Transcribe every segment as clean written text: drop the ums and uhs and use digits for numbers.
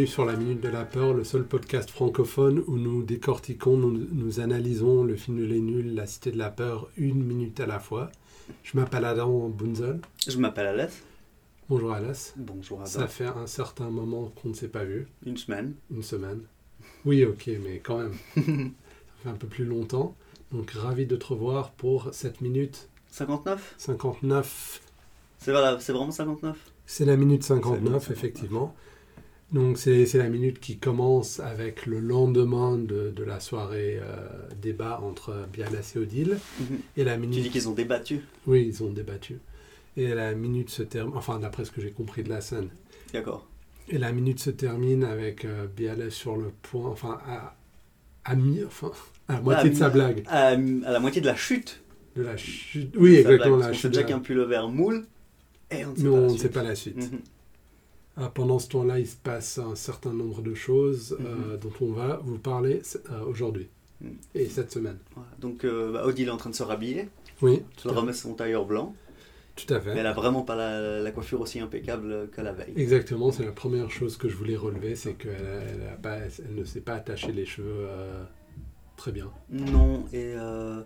bienvenue sur la Minute de la Peur, le seul podcast francophone où nous décortiquons, nous analysons le film de Les Nuls, La Cité de la Peur, une minute à la fois. Je m'appelle Adam Bunzel. Je m'appelle Alès. Bonjour Alès. Bonjour Adam. Ça fait un certain moment qu'on ne s'est pas vu. Une semaine. Une semaine. Oui, ok, mais quand même. Ça fait un peu plus longtemps. Donc ravi de te revoir pour cette minute. 59 59. C'est vraiment 59? C'est la minute 59, C'est la minute effectivement. Donc c'est la minute qui commence avec le lendemain de la soirée débat entre Bialès et Odile. Et la minute... Tu dis qu'ils ont débattu? Oui, ils ont débattu. Et la minute se termine, enfin d'après ce que j'ai compris de la scène. D'accord. Et la minute se termine avec Bialès sur le point, enfin à la moitié de sa blague. À la moitié de la chute. De la chute. Oui, exactement. On sait déjà qu'un pullover moule et on ne sait pas la suite. Ne sait pas la suite. Pendant ce temps-là, il se passe un certain nombre de choses dont on va vous parler aujourd'hui et cette semaine. Voilà. Donc Odile est en train de se rhabiller. Oui. Elle remet son tailleur blanc. Tout à fait. Mais elle n'a vraiment pas la coiffure aussi impeccable que la veille. Exactement, c'est la première chose que je voulais relever, c'est qu'elle ne sait pas attacher les cheveux très bien. Non, et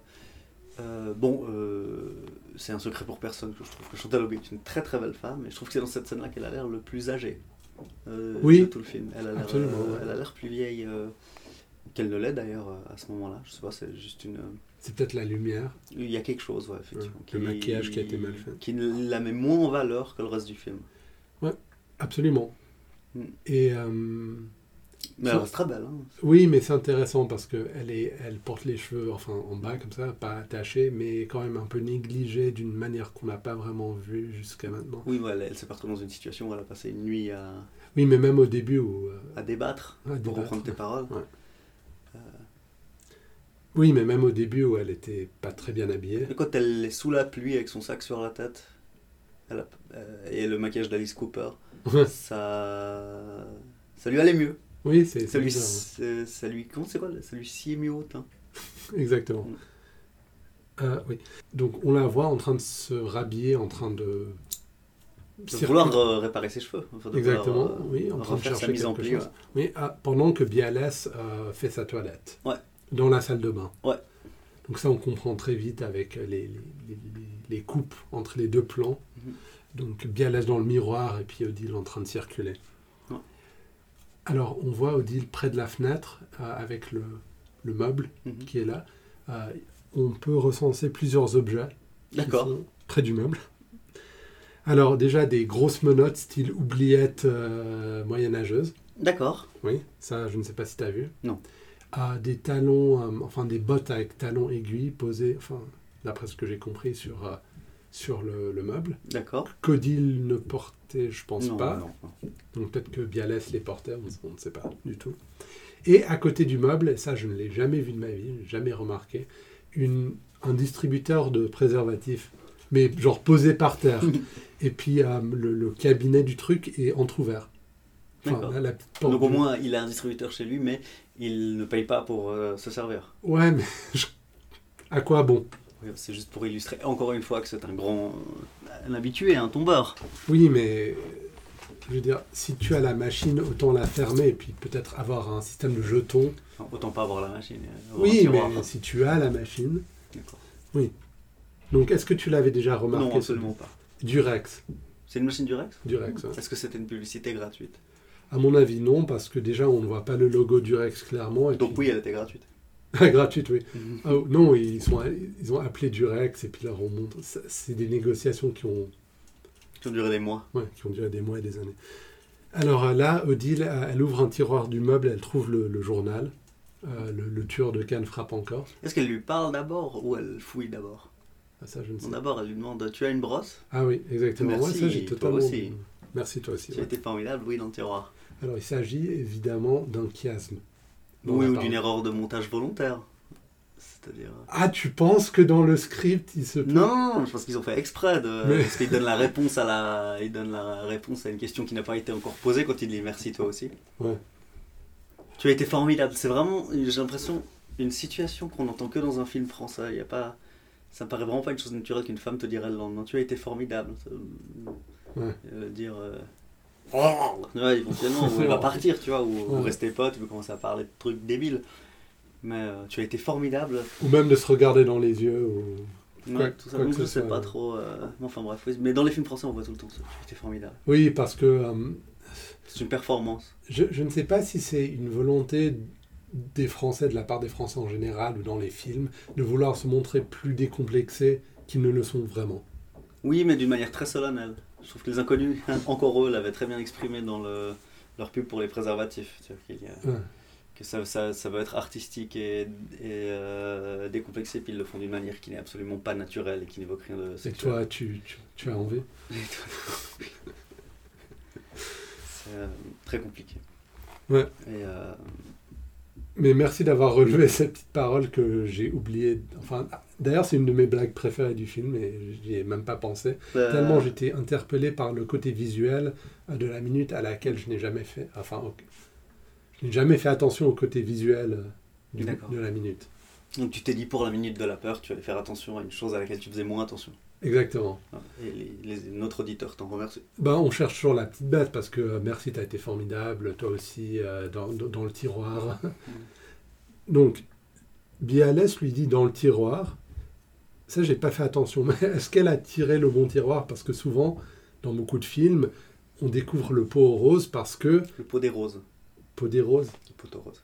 c'est un secret pour personne que je trouve que Chantal Hobby est une très très belle femme, et je trouve que c'est dans cette scène-là qu'elle a l'air le plus âgée de tout le film. Elle a l'air plus vieille qu'elle ne l'est d'ailleurs à ce moment-là. Je sais pas, c'est juste une... C'est peut-être la lumière. Il y a quelque chose, ouais, effectivement. Le maquillage qui a été mal fait. Qui la met moins en valeur que le reste du film. Ouais, absolument. Et... mais elle reste très belle. Hein. Oui, mais c'est intéressant parce qu'elle porte les cheveux en bas comme ça, pas attachés, mais quand même un peu négligés d'une manière qu'on n'a pas vraiment vue jusqu'à maintenant. Oui, ouais, elle s'est pas retrouvée dans une situation où elle a passé une nuit à... Oui, mais même au début à débattre, pour reprendre tes paroles. Ouais. Oui, mais même au début où elle était pas très bien habillée. Et quand elle est sous la pluie avec son sac sur la tête, et le maquillage d'Alice Cooper, ça lui allait mieux. Oui, ça lui sied mieux au teint. Exactement. Oui. Donc on la voit en train de se rhabiller, en train de vouloir réparer ses cheveux. Exactement, oui, en train de chercher sa mise en quelque pli. chose. Oui, pendant que Bialès fait sa toilette. Ouais. Dans la salle de bain. Ouais. Donc ça, on comprend très vite avec les coupes entre les deux plans. Donc Bialès dans le miroir et puis Odile en train de circuler. Ouais. Alors, on voit Odile près de la fenêtre avec le meuble qui est là. On peut recenser plusieurs objets qui sont près du meuble. Alors, déjà, des grosses menottes style oubliette moyenâgeuse. D'accord. Oui, ça, je ne sais pas si tu as vu. Non. Des talons, des bottes avec talons aiguilles posées, d'après ce que j'ai compris, sur le meuble. D'accord. Qu'Odile ne portait, je pense pas. Non. Donc peut-être que Bialès les portait, on ne sait pas du tout. Et à côté du meuble, et ça je ne l'ai jamais vu de ma vie, jamais remarqué, un distributeur de préservatifs, mais genre posé par terre. Et puis le cabinet du truc est entrouvert. Donc au moins il a un distributeur chez lui, mais il ne paye pas pour se servir. Ouais, mais à quoi bon? Oui, c'est juste pour illustrer encore une fois que c'est un habitué, un tombeur. Oui, mais je veux dire, si tu as la machine, autant la fermer et puis peut-être avoir un système de jetons. Non, autant pas avoir la machine. Oui, mais si tu as la machine. D'accord. Oui. Donc est-ce que tu l'avais déjà remarqué? Non, absolument pas. Durex. C'est une machine Durex? Durex, ouais. Est-ce que c'était une publicité gratuite? À mon avis, non, parce que déjà, on ne voit pas le logo Durex clairement. Donc oui, elle était gratuite. Gratuite, oui. Non, ils ont appelé Durex et puis là, on montre. C'est des négociations qui ont duré des mois. Oui, qui ont duré des mois et des années. Alors là, Odile, elle ouvre un tiroir du meuble, elle trouve le journal. Le tueur de Cannes frappe encore. Est-ce qu'elle lui parle d'abord ou elle fouille d'abord? Ça, je ne sais. D'abord, elle lui demande: tu as une brosse? Ah oui, exactement. Merci, ça, j'ai totalement... toi aussi. Merci, toi aussi. Tu as été formidable, oui, dans le tiroir. Alors, il s'agit évidemment d'un chiasme. Oui, ou d'une erreur de montage volontaire. C'est-à-dire... Ah, tu penses que dans le script, il se... Non, je pense qu'ils ont fait exprès parce qu'ils donnent la réponse à une question qui n'a pas été encore posée quand il dit merci, toi aussi. Ouais. Tu as été formidable. C'est vraiment, j'ai l'impression, une situation qu'on n'entend que dans un film français. Il y a pas... Ça me paraît vraiment pas une chose naturelle qu'une femme te dirait le lendemain. Tu as été formidable. Ouais. Dire Ouais, éventuellement, ou elle va partir, tu vois, ou rester pote, tu peux commencer à parler de trucs débiles. Mais tu as été formidable. Ou même de se regarder dans les yeux. Ouais, tout ça, donc je sais pas trop. Enfin bref, oui. Mais dans les films français, on voit tout le temps ça. Tu as été formidable. Oui, parce que. C'est une performance. Je ne sais pas si c'est une volonté des Français, de la part des Français en général, ou dans les films, de vouloir se montrer plus décomplexés qu'ils ne le sont vraiment. Oui, mais d'une manière très solennelle. Je trouve que les Inconnus, encore eux, l'avaient très bien exprimé dans leur pub pour les préservatifs. Tu vois, qu'il y a, que ça va être artistique et décomplexé, puis ils le font d'une manière qui n'est absolument pas naturelle et qui n'évoque rien de sexuel. Et toi, tu as envie? C'est très compliqué. Ouais. Mais merci d'avoir relevé cette petite parole que j'ai oubliée. Enfin, d'ailleurs, c'est une de mes blagues préférées du film et j'y ai même pas pensé. Tellement j'étais interpellé par le côté visuel de la minute à laquelle je n'ai jamais fait. Enfin, je n'ai jamais fait attention au côt visuel de la minute. Donc tu t'es dit pour la minute de la peur, tu allais faire attention à une chose à laquelle tu faisais moins attention. Exactement. Et notre auditeur t'en remercie. On cherche toujours la petite bête parce que merci, t'as été formidable, toi aussi, dans le tiroir. Donc, Bialès lui dit dans le tiroir, ça j'ai pas fait attention, mais est-ce qu'elle a tiré le bon tiroir? Parce que souvent, dans beaucoup de films, on découvre le pot rose parce que... Le pot des roses. Pot des roses? Le poteau rose.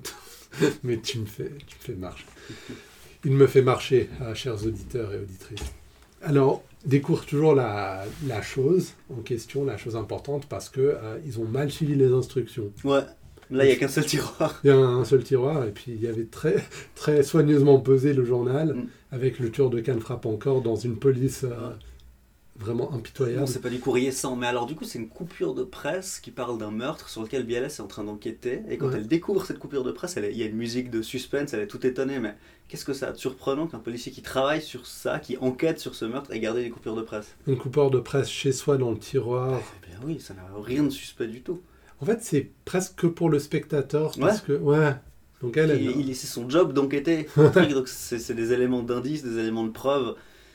Mais tu me fais marcher. Il me fait marcher, chers auditeurs et auditrices. Alors, découvre toujours la chose en question, la chose importante, parce que ils ont mal suivi les instructions. Ouais, là il n'y a qu'un seul tiroir. Il y a un seul tiroir, et puis il y avait très, très soigneusement pesé le journal, avec le tueur de canne frappe encore dans une police vraiment impitoyable. Non, c'est pas du courrier sans, mais alors du coup c'est une coupure de presse qui parle d'un meurtre sur lequel Bialès est en train d'enquêter, et quand elle découvre cette coupure de presse, il y a une musique de suspense, elle est toute étonnée, mais qu'est-ce que ça a de surprenant qu'un policier qui travaille sur ça, qui enquête sur ce meurtre, ait gardé des coupures de presse? Une coupure de presse chez soi dans le tiroir. Eh bien oui, ça n'a rien de suspect du tout. En fait, c'est presque pour le spectateur, parce que... Ouais. Donc c'est son job d'enquêter, donc c'est des éléments d'indice, des éléments de preuve.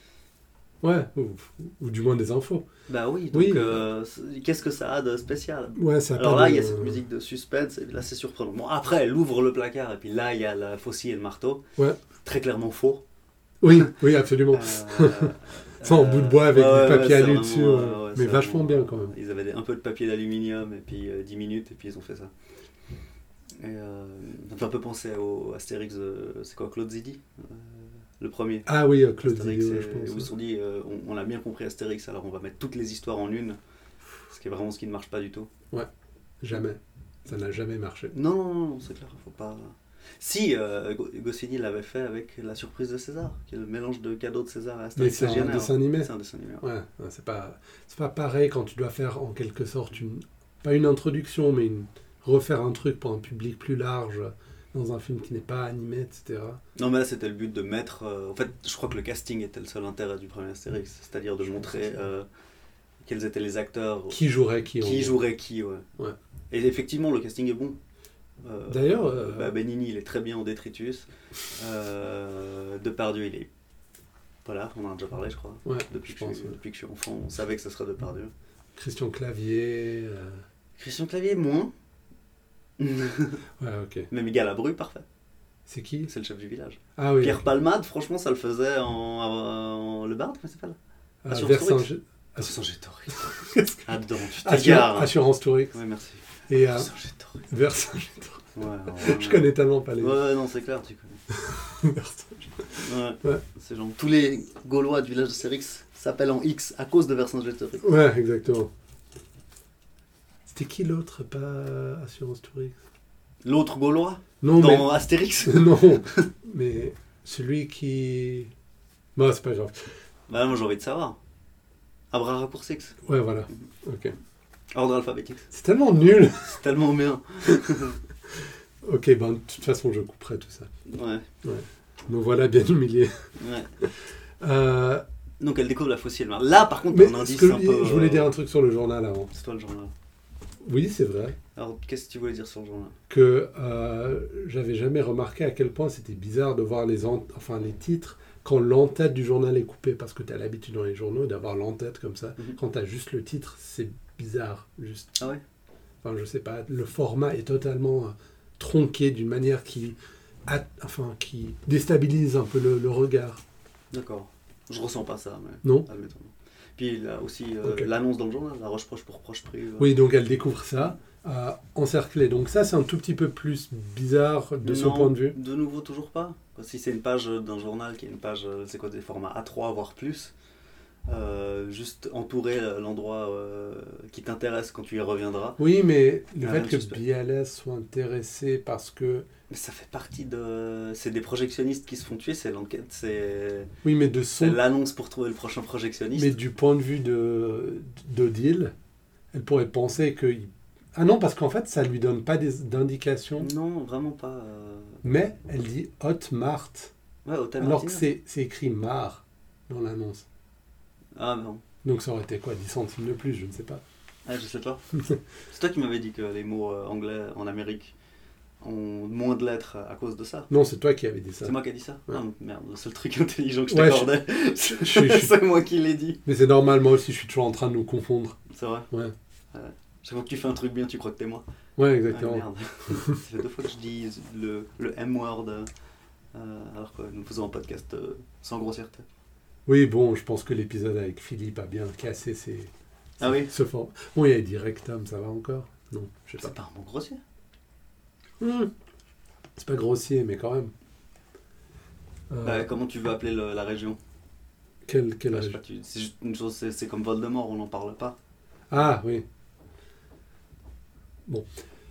Ouais, ou du moins des infos. Bah oui, donc qu'est-ce que ça a de spécial? Ouais, ça alors là, il y a cette musique de suspense, et là c'est surprenant. Bon, après, elle ouvre le placard, et puis là, il y a la faucille et le marteau. Ouais. Très clairement faux. Oui, absolument. Ça en bout de bois avec du papier alu dessus, mais vachement bien quand même. Ils avaient un peu de papier d'aluminium, et puis 10 minutes, et puis ils ont fait ça. Et ça me fait un peu penser au Astérix, c'est quoi, Claude Zidi le premier. Ah oui, Claude Zidi, je pense. Où ils se sont dit, on a bien compris Astérix, alors on va mettre toutes les histoires en une, ce qui est vraiment ce qui ne marche pas du tout. Ouais, jamais. Ça n'a jamais marché. Non, c'est clair, faut pas... Si, Goscinny l'avait fait avec La Surprise de César, qui est le mélange de cadeaux de César et Astérix. Mais c'est un dessin animé. C'est un dessin animé. Ouais, c'est pas pareil quand tu dois faire en quelque sorte pas une introduction, mais refaire un truc pour un public plus large dans un film qui n'est pas animé, etc. Non, mais là c'était le but de mettre... en fait, je crois que le casting était le seul intérêt du premier Astérix, c'est-à-dire de montrer quels étaient les acteurs... Qui jouerait qui. Jouerait qui, ouais. Et effectivement, le casting est bon. D'ailleurs... Benigni, il est très bien en Détritus. Depardieu, il est... Voilà, on en a déjà parlé, je crois. Ouais, depuis que je suis enfant, on savait que ce serait Depardieu. Christian Clavier... Christian Clavier, moins. Ouais, ok. Mais Miguel Labru, parfait. C'est qui? C'est le chef du village. Ah oui. Pierre Palmade, franchement, ça le faisait en Le Barde, comment ça s'appelle? Vercingétorix. Ah, dedans, tu t'égares. Assurance Tourix. Ouais, merci. Et Vercingétorix. Ouais, je connais tellement pas les... Ouais, non, c'est clair, tu connais. Ouais. C'est genre, tous les Gaulois du village de Cérix s'appellent en X à cause de Vercingétorix. Ouais, exactement. C'était qui l'autre, pas Assurance Tourix? L'autre Gaulois? Non, dans Astérix? Non, mais celui qui... Bon, c'est pas grave. Bah, moi j'ai envie de savoir. Abra Raccourcix. Ouais, voilà. Ok. Ordre alphabétique. C'est tellement nul. C'est tellement bien. Ok, de toute façon, je couperai tout ça. Ouais. Me voilà bien humilié. Ouais. Donc elle découvre la faucille. Là, par contre, un indice un peu... Je voulais dire un truc sur le journal avant. C'est toi le journal. Oui, c'est vrai. Alors, qu'est-ce que tu voulais dire sur le journal? Que j'avais jamais remarqué à quel point c'était bizarre de voir les titres quand l'entête du journal est coupée, parce que tu as l'habitude dans les journaux d'avoir l'entête comme ça. Quand tu as juste le titre, c'est bizarre, juste. Ah ouais. Enfin, je sais pas, le format est totalement tronqué d'une manière qui déstabilise un peu le regard. D'accord. Je ressens pas ça, mais... Non. Admettons. Puis il a aussi l'annonce dans le journal, la Roche-Proche pour Proche-Prix. Oui, donc elle découvre ça, encerclé. Donc ça, c'est un tout petit peu plus bizarre de son point de vue. De nouveau, toujours pas. Si c'est une page d'un journal qui est une page, c'est quoi, des formats A3, voire plus, juste entourer l'endroit qui t'intéresse quand tu y reviendras. Oui, mais le fait que Bialès soit intéressé parce que... Mais ça fait partie de... C'est des projectionnistes qui se font tuer, c'est l'enquête, c'est... Oui, mais c'est l'annonce pour trouver le prochain projectionniste. Mais du point de vue d'Odile, elle pourrait penser que... Ah non, parce qu'en fait, ça lui donne pas d'indication. Non, vraiment pas. Mais elle dit Haute Marthe. Ouais, Hôtel alors Martine. que c'est écrit Mar dans l'annonce. Ah non. Donc ça aurait été quoi, 10 centimes de plus, je ne sais pas. Ah, je sais pas. C'est toi qui m'avais dit que les mots anglais en Amérique ont moins de lettres à cause de ça. Non, c'est toi qui avais dit ça. C'est moi qui ai dit ça. Ouais. Ah merde, le seul truc intelligent que je t'accordais, c'est moi qui l'ai dit. Mais c'est normal, moi aussi je suis toujours en train de nous confondre. C'est vrai. Ouais. Chaque fois que tu fais un truc bien, tu crois que t'es moi. Ouais, exactement. Ah, merde. Ça fait 2 fois que je dis le M-word alors que nous faisons un podcast sans grossièreté. Oui, bon, je pense que l'épisode avec Philippe a bien cassé ce format. Bon, il y a dit rectum, ça va encore? Non, je sais pas. C'est pas un mot grossier. C'est pas grossier, mais quand même. Comment tu veux appeler la région? Quelle région? C'est juste une chose, c'est comme Voldemort, on n'en parle pas. Ah, oui. Bon.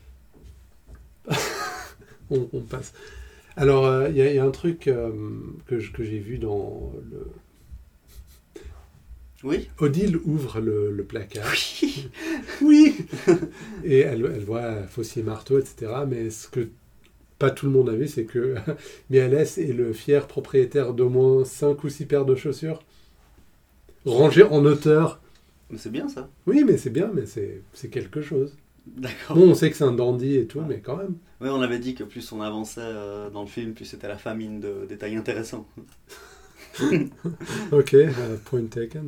on passe. Alors, il y a un truc que j'ai vu dans le... Oui. Odile ouvre le placard. Oui. Oui. Et elle voit Fossier Marteau, etc. Mais ce que pas tout le monde a vu, c'est que Bialès est le fier propriétaire d'au moins 5 ou 6 paires de chaussures rangées en hauteur. Mais c'est bien ça. Oui, mais c'est bien, mais c'est quelque chose. D'accord. Bon, on sait que c'est un dandy et tout, mais quand même. Oui, on avait dit que plus on avançait dans le film, plus c'était la famine de détails intéressants. Ok, point taken.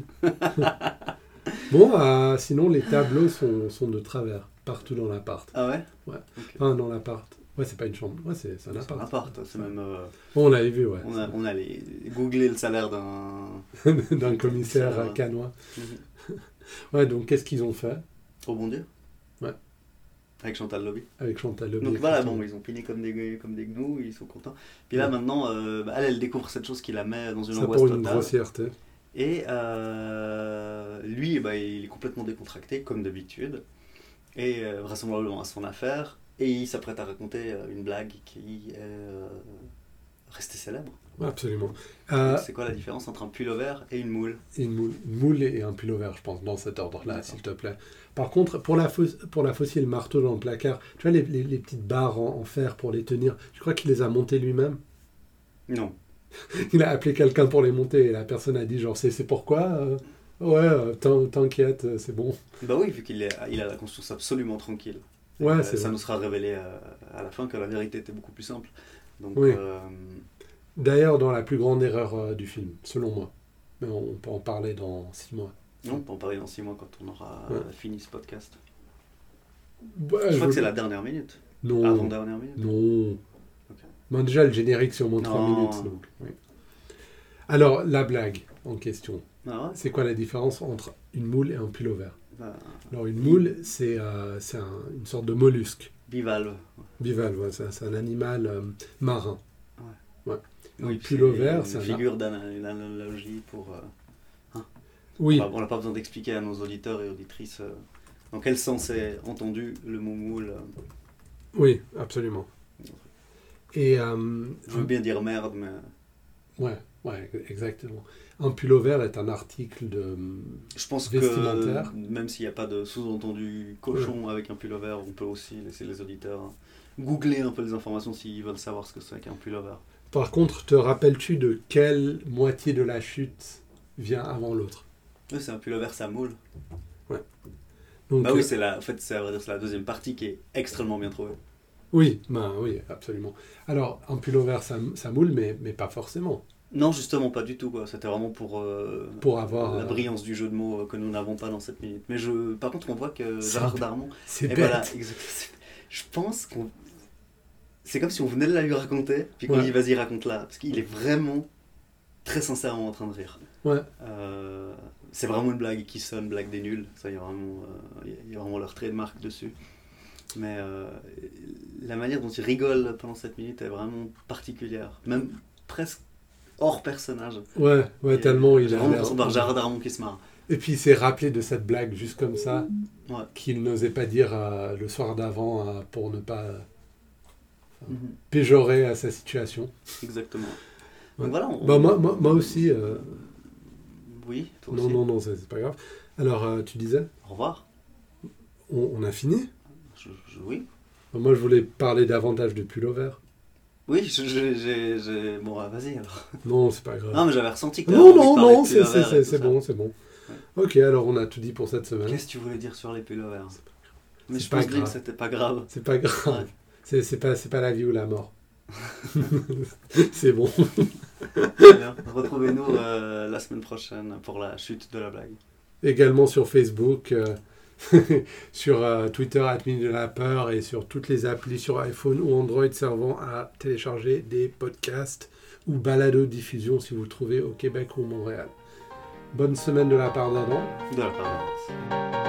Bon, sinon les tableaux sont de travers, partout dans l'appart. Ah ouais? Ouais. Okay. Enfin, dans l'appart. Ouais, c'est pas une chambre. Ouais, c'est un appart. C'est un appart, c'est même... Bon, on l'avait vu, ouais. On a googlé le salaire d'un commissaire canois. Ouais, donc qu'est-ce qu'ils ont fait? Rebondir. Ouais. Avec Chantal Lobby. Avec Chantal Lobby. Donc voilà, bon, ils ont piné comme des gnous, ils sont contents. Puis là, maintenant, elle découvre cette chose qui la met dans une angoisse totale. Ça pour une grossièreté. Et lui, il est complètement décontracté, comme d'habitude. Et vraisemblablement à son affaire. Et il s'apprête à raconter une blague qui est restée célèbre. Absolument. C'est quoi la différence entre un pullover et une moule? Une moule et un pullover, je pense, dans cet ordre-là, s'il te plaît. Par contre, pour la faucille et le marteau dans le placard, tu vois les petites barres en fer pour les tenir, je crois qu'il les a montées lui-même. Non. Il a appelé quelqu'un pour les monter et la personne a dit genre c'est pourquoi ouais, t'inquiète, c'est bon. Bah oui, vu qu'il a la conscience absolument tranquille. Ouais, ça nous sera révélé à la fin que la vérité était beaucoup plus simple. Donc, oui. D'ailleurs, dans la plus grande erreur du film, selon moi. Mais on peut en parler dans 6 mois. Non, on peut en parler dans 6 mois quand on aura fini ce podcast. Ouais, je crois que c'est la dernière minute. Non. Avant-dernière minute. Non. Okay. Ben, déjà, le générique sur au moins 3 minutes. Donc, oui. Alors, la blague en question. Ah ouais? C'est quoi la différence entre une moule et un pullover? Alors, une moule, c'est une sorte de mollusque. Bivalve. Bivalve, ouais, c'est un animal marin. Ouais. Oui, pullover, c'est une figure d'analogie pour... Oui. On n'a pas besoin d'expliquer à nos auditeurs et auditrices dans quel sens est entendu le mot moule. Oui, absolument. Et, je veux bien dire merde, mais... Ouais, exactement. Un pullover est un article de je pense vestimentaire. Que même s'il n'y a pas de sous-entendu cochon avec un pullover, on peut aussi laisser les auditeurs googler un peu les informations s'ils veulent savoir ce que c'est qu'un pullover. Par contre, te rappelles-tu de quelle moitié de la chute vient avant l'autre? Oui, c'est un pullover, ça moule. Ouais. Donc, oui, c'est la deuxième partie qui est extrêmement bien trouvée. Oui, oui, absolument. Alors, un pullover, ça moule, mais pas forcément. Non, justement, pas du tout, quoi. C'était vraiment pour avoir la brillance du jeu de mots que nous n'avons pas dans 7 minutes. Mais par contre, on voit que Gérard Darmon... C'est bête. Voilà, je pense qu'on... C'est comme si on venait de la lui raconter, puis qu'on dit vas-y, raconte-la. Parce qu'il est vraiment très sincèrement en train de rire. Ouais. C'est vraiment une blague qui sonne, blague des nuls. Ça, il y a vraiment leur trait de marque dessus. Mais la manière dont il rigole pendant 7 minutes est vraiment particulière. Même presque hors personnage. Ouais, tellement il a vraiment l'impression d'avoir Gérard Darmon qui se marre. Et puis il s'est rappelé de cette blague juste comme ça, qu'il n'osait pas dire le soir d'avant pour ne pas péjorer à sa situation. Exactement. Donc voilà. Moi aussi. Oui, toi aussi. Non, c'est pas grave. Alors, tu disais ? Au revoir. On a fini ? Oui. Moi, je voulais parler davantage de pullover. Oui, bon, vas-y alors. Non, c'est pas grave. Non, mais j'avais ressenti que Non, c'est bon. Ouais. Ok, alors on a tout dit pour cette semaine. Qu'est-ce que tu voulais dire sur les pullovers ? Mais je pense que c'était pas grave. C'est pas grave. Ouais. C'est pas la vie ou la mort. C'est bon. Bien. Retrouvez-nous la semaine prochaine pour la chute de la blague. Également sur Facebook, sur Twitter @minute_de_la_peur et sur toutes les applis sur iPhone ou Android servant à télécharger des podcasts ou balado-diffusion si vous le trouvez au Québec ou au Montréal. Bonne semaine de la part d'Adam. De la part d'Adam.